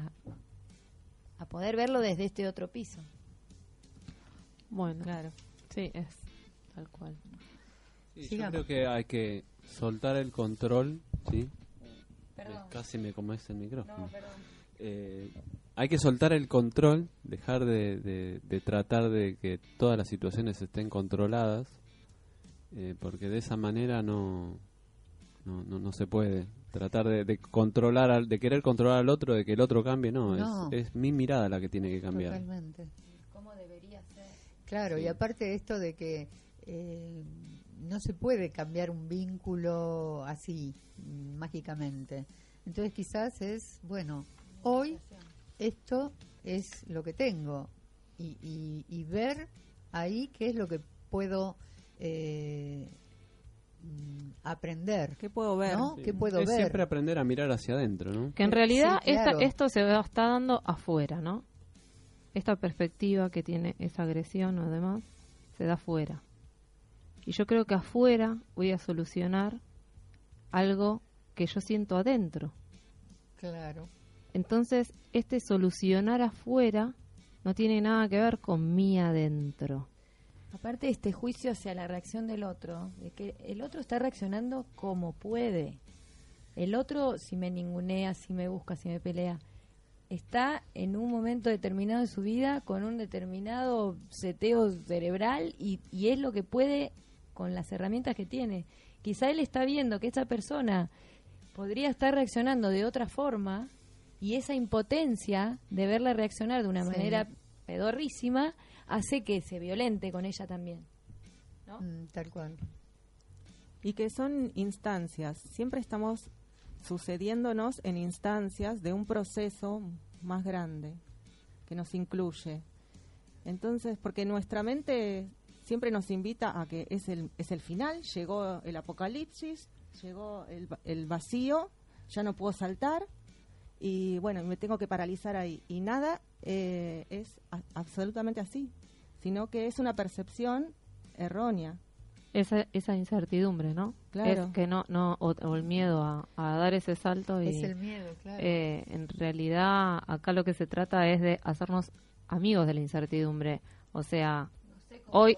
a poder verlo desde este otro piso. Bueno, claro, sí, es tal cual. Sí, yo creo que hay que soltar el control, ¿sí? Perdón. Casi me comes el micrófono. No, perdón. Hay que soltar el control, dejar de tratar de que todas las situaciones estén controladas, porque de esa manera no se puede tratar de controlar, de querer controlar al otro, de que el otro cambie. No. Es mi mirada la que tiene que cambiar. Totalmente. ¿Cómo debería ser? Claro, Sí. Y aparte de esto de que no se puede cambiar un vínculo así, mágicamente. Entonces quizás es, bueno, hoy esto es lo que tengo y ver ahí qué es lo que puedo aprender. ¿Qué puedo ver? ¿No? Sí. ¿Qué puedo es ver? siempre aprender a mirar hacia adentro, ¿no? Que en realidad Sí, claro. esto se está dando afuera, ¿no? Esta perspectiva que tiene esa agresión, además, se da afuera. Y yo creo que afuera voy a solucionar algo que yo siento adentro. Claro. Entonces, este solucionar afuera no tiene nada que ver con mí adentro. Aparte de este juicio hacia la reacción del otro, de que el otro está reaccionando como puede. el otro, si me ningunea, si me busca, si me pelea, está en un momento determinado de su vida con un determinado seteo cerebral y es lo que puede con las herramientas que tiene. Quizá él está viendo que esa persona podría estar reaccionando de otra forma y esa impotencia de verla reaccionar de una manera pedorrísima hace que se violente con ella también, ¿no? Tal cual. Y que son instancias, siempre estamos sucediéndonos en instancias de un proceso más grande que nos incluye. Entonces, porque nuestra mente siempre nos invita a que es el final, llegó el apocalipsis, llegó el vacío, ya no puedo saltar y bueno, me tengo que paralizar ahí. Y nada es absolutamente así, sino que es una percepción errónea. Esa incertidumbre, ¿no? Claro. Es que o el miedo a dar ese salto. Es el miedo, claro. En realidad, acá lo que se trata es de hacernos amigos de la incertidumbre. O sea, hoy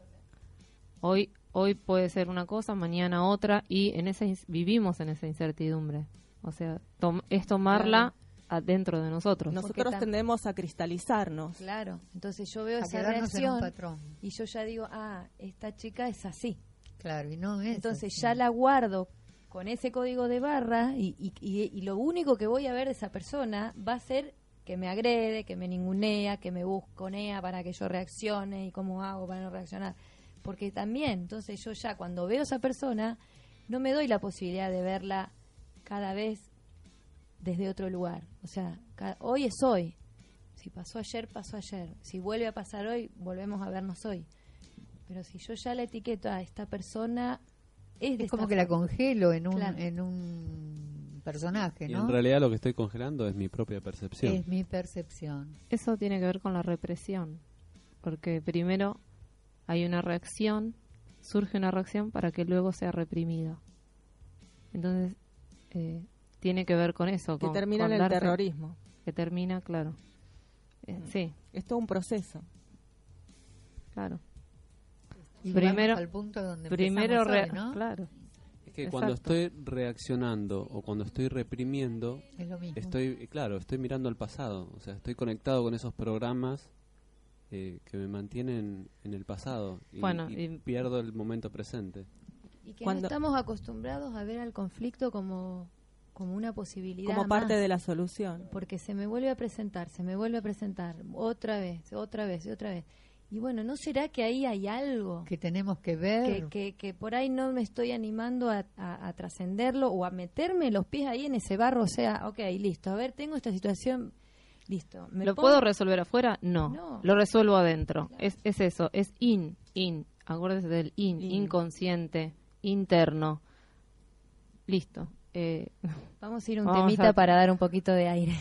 puede ser una cosa, mañana otra, y vivimos en esa incertidumbre. O sea, es tomarla adentro de nosotros. Nosotros tendemos a cristalizarnos. Claro, entonces yo veo a esa reacción en un reacción patrón. Y yo ya digo, esta chica es así. Claro, y no es entonces así. ya la guardo con ese código de barra y lo único que voy a ver de esa persona va a ser que me agrede, que me ningunea, que me busconea para que yo reaccione y cómo hago para no reaccionar. Porque también, entonces yo ya cuando veo a esa persona no me doy la posibilidad de verla cada vez desde otro lugar. O sea, hoy es hoy. Si pasó ayer, pasó ayer. Si vuelve a pasar hoy, volvemos a vernos hoy. Pero si yo ya la etiqueto a esta persona, es como que la congelo en un personaje, ¿no? Y en realidad lo que estoy congelando es mi propia percepción. Es mi percepción. Eso tiene que ver con la represión. Porque primero hay una reacción, surge una reacción para que luego sea reprimida. Entonces, tiene que ver con eso. Que termina en el terrorismo. Que termina, claro. Sí. Es todo un proceso. Claro. Y primero al punto donde hoy, ¿no? Claro. Es que cuando estoy reaccionando o cuando estoy reprimiendo, es lo mismo. Estoy mirando al pasado. O sea, estoy conectado con esos programas que me mantienen en el pasado y pierdo el momento presente. Y que no estamos acostumbrados a ver al conflicto como una posibilidad, como parte de la solución, porque se me vuelve a presentar otra vez. Y bueno, ¿no será que ahí hay algo que tenemos que ver? Que por ahí no me estoy animando a trascenderlo o a meterme los pies ahí en ese barro. O sea, ok, listo, a ver, tengo esta situación, listo. ¿Lo puedo resolver afuera? No. Lo resuelvo adentro. Claro. Es eso, es acuérdese del inconsciente, interno. Listo. Vamos a ir un temita para dar un poquito de aire.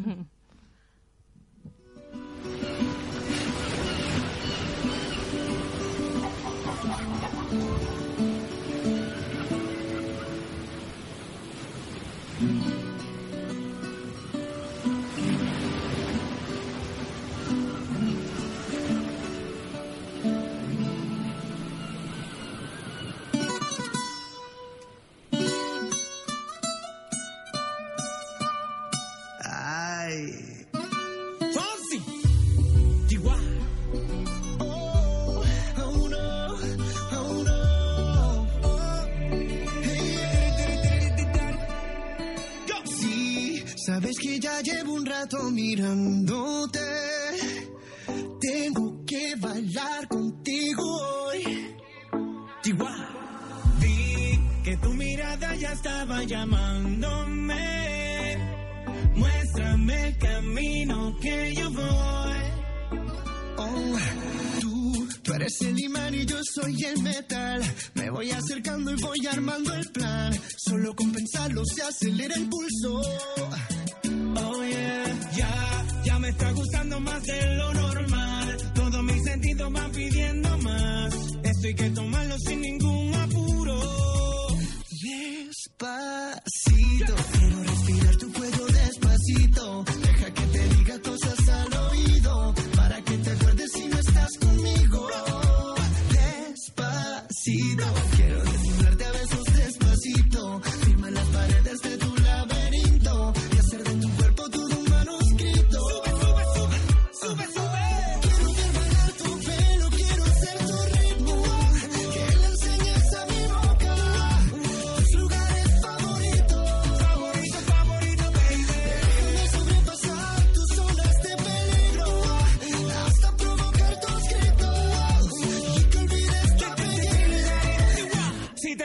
Sabes que ya llevo un rato mirándote. Tengo que bailar contigo hoy. Vi que tu mirada ya estaba llamándome. Muéstrame el camino que yo voy. Tú eres el imán y yo soy el metal. Me voy acercando y voy armando el plan. Solo con pensarlo se acelera el pulso. Oh yeah, ya me está gustando más de lo normal. Todos mis sentidos van pidiendo más. Esto hay que tomarlo sin ningún apuro. Despacito, quiero respirar tu cuello despacito. Deja que te diga cosas al oído, para que te acuerdes si no estás conmigo. Despacito, quiero desnudarte a besos despacito. Firma las paredes de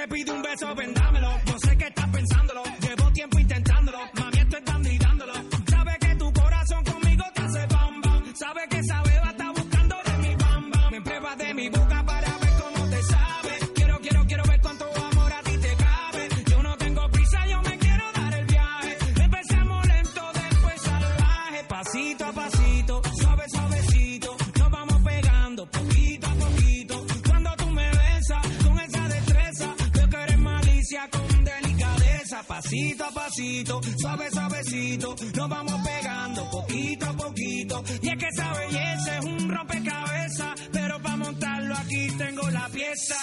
te pide un beso, vendámelo. Yo sé que estás pensándolo, llevo tiempo intentándolo. Mami, esto es dando y dándolo. Sabe que tu corazón conmigo te hace bam bam. Sabe que esa beba está buscando de mi bam bam. Me pruebas de mi boca para ver cómo te sabe. Quiero ver cuánto amor a ti te cabe. Yo no tengo prisa, yo me quiero dar el viaje. Empecemos lento, después salvaje. Pasito a pasito, suave, suavecito. Nos vamos pegando poquito a poquito. Cuando tú me besas con esa destreza, veo que eres malicia con delicadeza. Pasito a pasito, suave, suavecito. Nos vamos pegando poquito a poquito. Y es que esa belleza es un rompecabezas, pero para montarlo aquí tengo la pieza.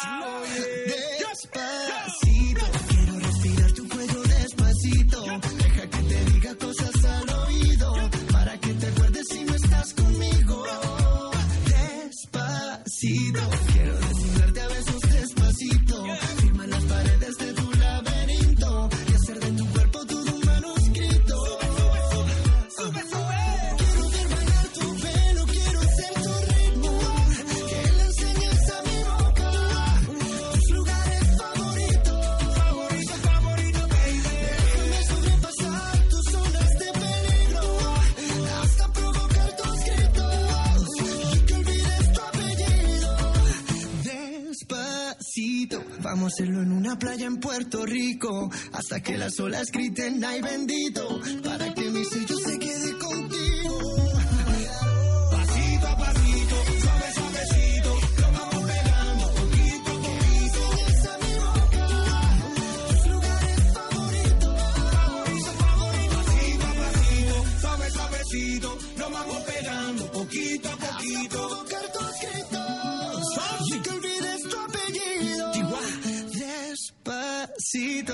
Despacito, quiero respirar tu cuello despacito. Deja que te diga cosas al oído, para que te acuerdes si no estás conmigo. Despacito, quiero desnudarte a besos despacito. Firma las paredes de tu laberinto y hacer de tu cuerpo todo un manuscrito. Sube, sube. Quiero ver bailar tu pelo, quiero ser tu ritmo. Que le enseñes a mi boca tus lugares favoritos. Favorito, favorito, baby. Déjame sobrepasar tus zonas de peligro hasta provocar tus gritos y que olvides tu apellido. Despacito, vamos a hacerlo en una playa en Puerto Rico hasta que las olas griten ay bendito, para que mi sello se quede contigo. Pasito a pasito, suave, suavecito, lo vamos pegando poquito a poquito. Esa mi boca, tus lugares favoritos. Favorito, favorito. Pasito a pasito, suave, suavecito, lo vamos pegando poquito a poquito. Hasta provocar tus gritos y que olvides tu apellido. Despacito.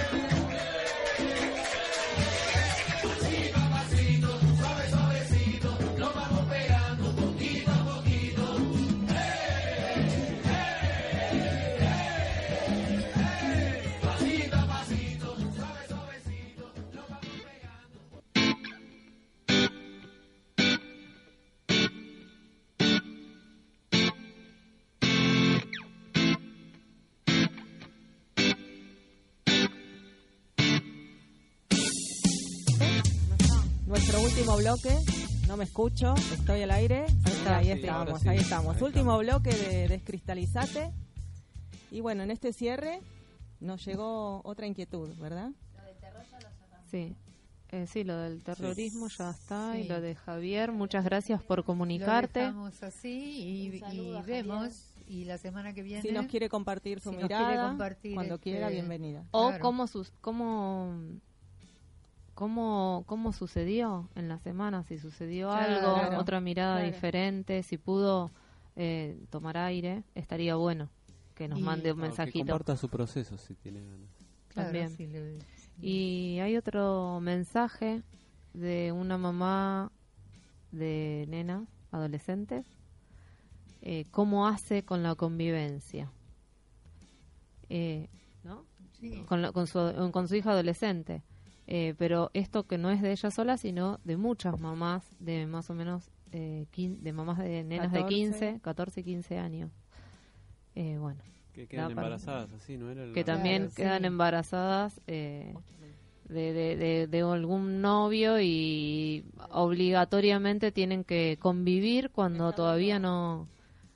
Nuestro último bloque, no me escucho, estoy al aire. Ahí estamos, ahí estamos. Último bloque de Descristalizate. Y bueno, en este cierre nos llegó otra inquietud, ¿verdad? Lo del terror ya lo cerramos. Sí. Sí, lo del terrorismo ya está. Sí. Y lo de Javier, muchas gracias por comunicarte. Lo dejamos así y vemos. Y la semana que viene, Si nos quiere compartir su mirada, cuando quiera, bienvenida. O cómo sucedió en la semana, si sucedió algo, otra mirada diferente, si pudo tomar aire, estaría bueno que nos mande un mensajito. Que comparta su proceso si tiene ganas. También. Sí, Y hay otro mensaje de una mamá de nenas, adolescentes, cómo hace con la convivencia, ¿no? Sí. Con su hija adolescente. Pero esto que no es de ella sola, sino de muchas mamás, de más o menos, de mamás de nenas 14. De 15, 14 y 15 años. Bueno. Que quedan embarazadas, así, ¿no era? Que también quedan embarazadas de algún novio y obligatoriamente tienen que convivir cuando todavía no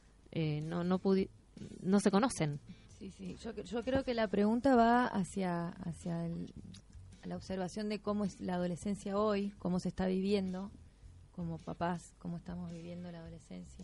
se conocen. Sí. Yo creo que la pregunta va hacia la observación de cómo es la adolescencia hoy, cómo se está viviendo, como papás, cómo estamos viviendo la adolescencia.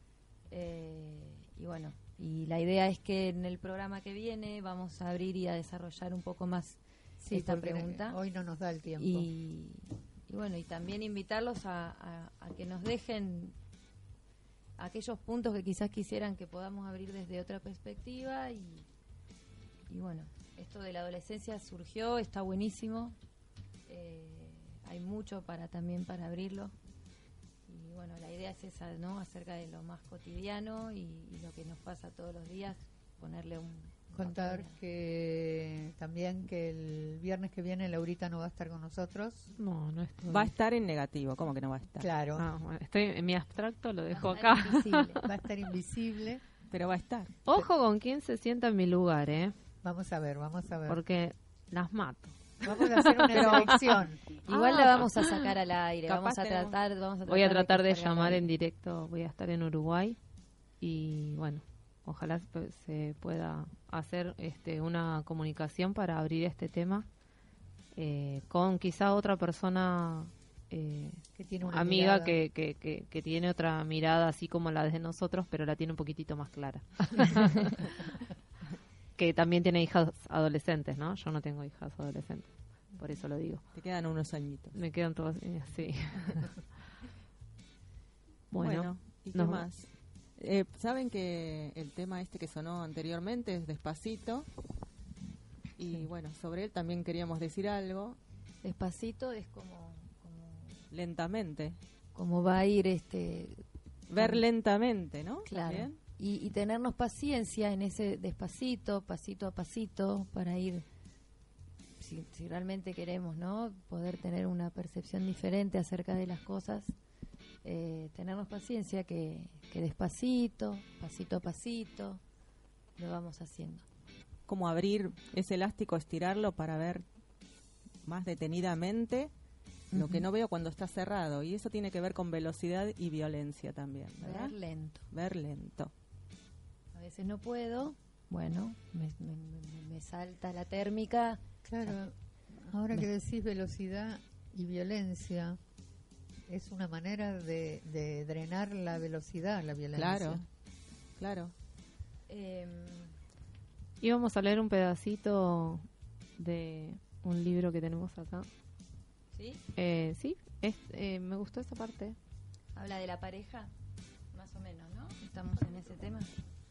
Y bueno, y la idea es que en el programa que viene vamos a abrir y a desarrollar un poco más esta pregunta. Hoy no nos da el tiempo. Y bueno, y también invitarlos a que nos dejen aquellos puntos que quizás quisieran que podamos abrir desde otra perspectiva y bueno, esto de la adolescencia surgió, está buenísimo, hay mucho también para abrirlo y bueno, la idea es esa, ¿no? Acerca de lo más cotidiano y lo que nos pasa todos los días, ponerle contar que también que el viernes que viene Laurita no va a estar con nosotros. No estoy. Va a estar en negativo, ¿cómo que no va a estar? Claro. Bueno, estoy en mi abstracto, lo dejo acá. Va a estar invisible. Pero va a estar. Ojo con quién se sienta en mi lugar, Vamos a ver. Porque las mato. Vamos a hacer una selección. Igual la vamos a sacar al aire. Capaz Voy a tratar de que salga al llamar aire. en directo. Voy a estar en Uruguay y bueno, ojalá se pueda hacer una comunicación para abrir este tema con quizá otra persona que tiene una amiga mirada. que tiene otra mirada así como la de nosotros, pero la tiene un poquitito más clara. Que también tiene hijas adolescentes, ¿no? Yo no tengo hijas adolescentes, por eso lo digo. Te quedan unos añitos. Me quedan todos, sí. Bueno, ¿y qué nos- más? Saben que el tema que sonó anteriormente es Despacito. Y bueno, sobre él también queríamos decir algo. Despacito es como Lentamente. va a ir Ver lentamente, ¿no? Claro. También. Y tenernos paciencia en ese despacito, pasito a pasito, para ir, si realmente queremos, ¿no? Poder tener una percepción diferente acerca de las cosas, tenernos paciencia que despacito, pasito a pasito, lo vamos haciendo. Como abrir ese elástico, estirarlo para ver más detenidamente lo que no veo cuando está cerrado. Y eso tiene que ver con velocidad y violencia también, ¿verdad? Ver lento. Ver lento. A veces no puedo, bueno, me salta la térmica. Claro, ahora que decís velocidad y violencia, es una manera de drenar la velocidad, la violencia. Claro. Y vamos a leer un pedacito de un libro que tenemos acá. ¿Sí? Sí, me gustó esa parte. Habla de la pareja, más o menos, ¿no? Estamos en ese tema.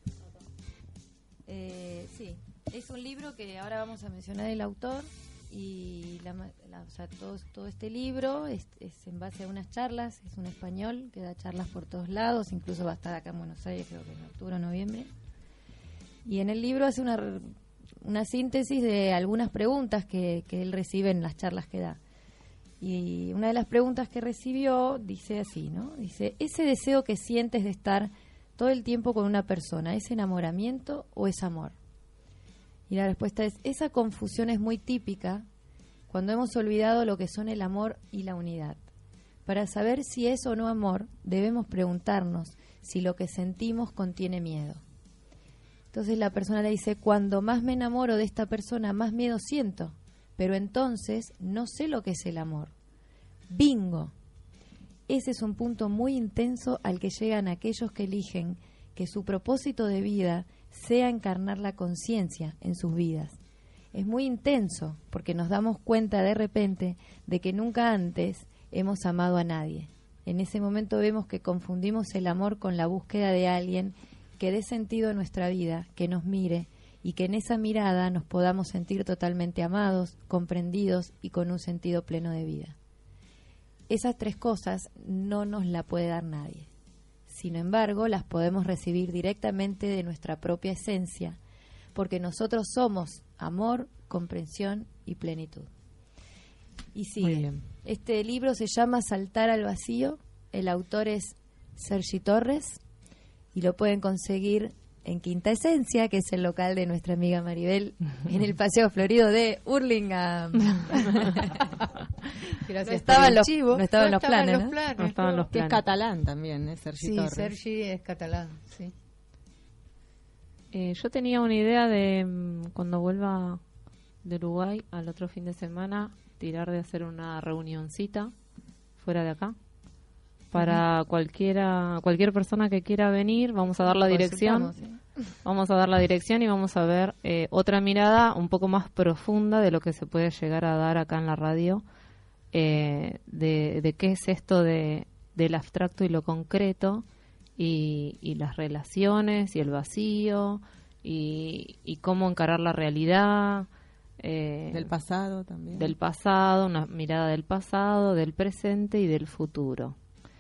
Sí, es un libro que ahora vamos a mencionar el autor y o sea, todo este libro es en base a unas charlas, es un español que da charlas por todos lados, incluso va a estar acá en Buenos Aires, creo que en octubre o noviembre. Y en el libro hace una síntesis de algunas preguntas que él recibe en las charlas que da. Y una de las preguntas que recibió dice así, ¿no? Dice, ese deseo que sientes de estar todo el tiempo con una persona, ¿es enamoramiento o es amor? Y la respuesta es, esa confusión es muy típica cuando hemos olvidado lo que son el amor y la unidad. Para saber si es o no amor, debemos preguntarnos si lo que sentimos contiene miedo. Entonces la persona le dice, cuando más me enamoro de esta persona, más miedo siento, pero entonces no sé lo que es el amor. ¡Bingo! Ese es un punto muy intenso al que llegan aquellos que eligen que su propósito de vida sea encarnar la conciencia en sus vidas. Es muy intenso porque nos damos cuenta de repente de que nunca antes hemos amado a nadie. En ese momento vemos que confundimos el amor con la búsqueda de alguien que dé sentido a nuestra vida, que nos mire y que en esa mirada nos podamos sentir totalmente amados, comprendidos y con un sentido pleno de vida. Esas tres cosas no nos la puede dar nadie. Sin embargo, las podemos recibir directamente de nuestra propia esencia, porque nosotros somos amor, comprensión y plenitud. Y sigue. Este libro se llama Saltar al vacío. El autor es Sergi Torres y lo pueden conseguir en Quinta Esencia, que es el local de nuestra amiga Maribel, en el Paseo Florido de Hurlingham. Gracias no estaban por el los, chivo. no estaban No los estaban planes, los ¿no? planes, No estaban los Que es planes. catalán también, es Sergi Sí, Torres. Sergi es catalán, sí. Yo tenía una idea de cuando vuelva de Uruguay al otro fin de semana tirar de hacer una reunioncita fuera de acá para cualquier persona que quiera venir. Vamos a dar la dirección. Vamos a dar la dirección y vamos a ver otra mirada un poco más profunda de lo que se puede llegar a dar acá en la radio, de qué es esto del abstracto y lo concreto, y las relaciones y el vacío y cómo encarar la realidad. Del pasado también. Del pasado, una mirada del pasado, del presente y del futuro.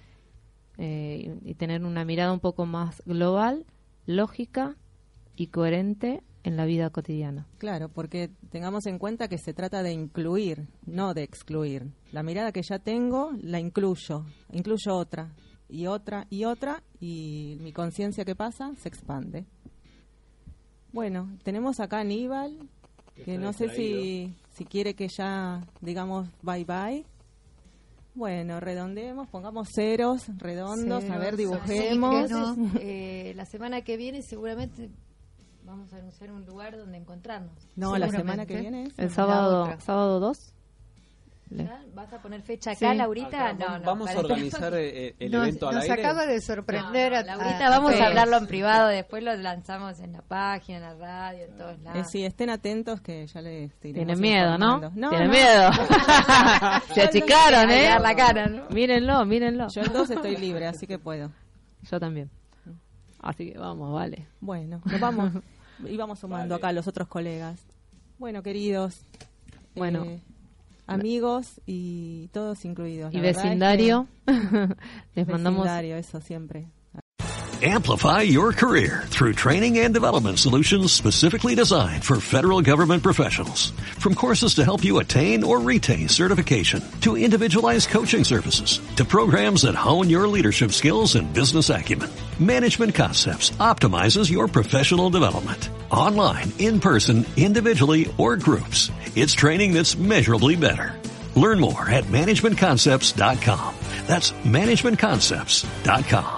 Y tener una mirada un poco más global, lógica y coherente en la vida cotidiana. Claro, porque tengamos en cuenta que se trata de incluir, no de excluir. La mirada que ya tengo la incluyo otra y otra y otra, y mi conciencia que pasa se expande. Bueno, tenemos acá a Aníbal, que no sé si quiere que ya digamos bye bye. Bueno, redondeemos, pongamos ceros redondos, a ver, dibujemos. La semana que viene seguramente vamos a anunciar un lugar donde encontrarnos. No, la semana que viene es el sábado 2. ¿Vas a poner fecha acá, Laurita? No, vamos a organizar el evento al aire. Nos acaba de sorprender a Laurita, vamos a hablarlo en privado, después lo lanzamos en la página, en la radio, en todos lados. Sí, estén atentos que ya les diremos. Tienen miedo, ¿no? Tienen miedo. Se achicaron, la cara, ¿no? Mírenlo. Yo el 2 estoy libre, así que puedo. Yo también. Así que vamos, vale. Bueno, nos vamos y vamos sumando acá a los otros colegas. Bueno, queridos. Bueno. Amigos y todos incluidos. Y vecindario. Les mandamos. Vecindario, eso siempre. Amplify your career through training and development solutions specifically designed for federal government professionals. From courses to help you attain or retain certification, to individualized coaching services, to programs that hone your leadership skills and business acumen, Management Concepts optimizes your professional development. Online, in person, individually, or groups, it's training that's measurably better. Learn more at managementconcepts.com. That's managementconcepts.com.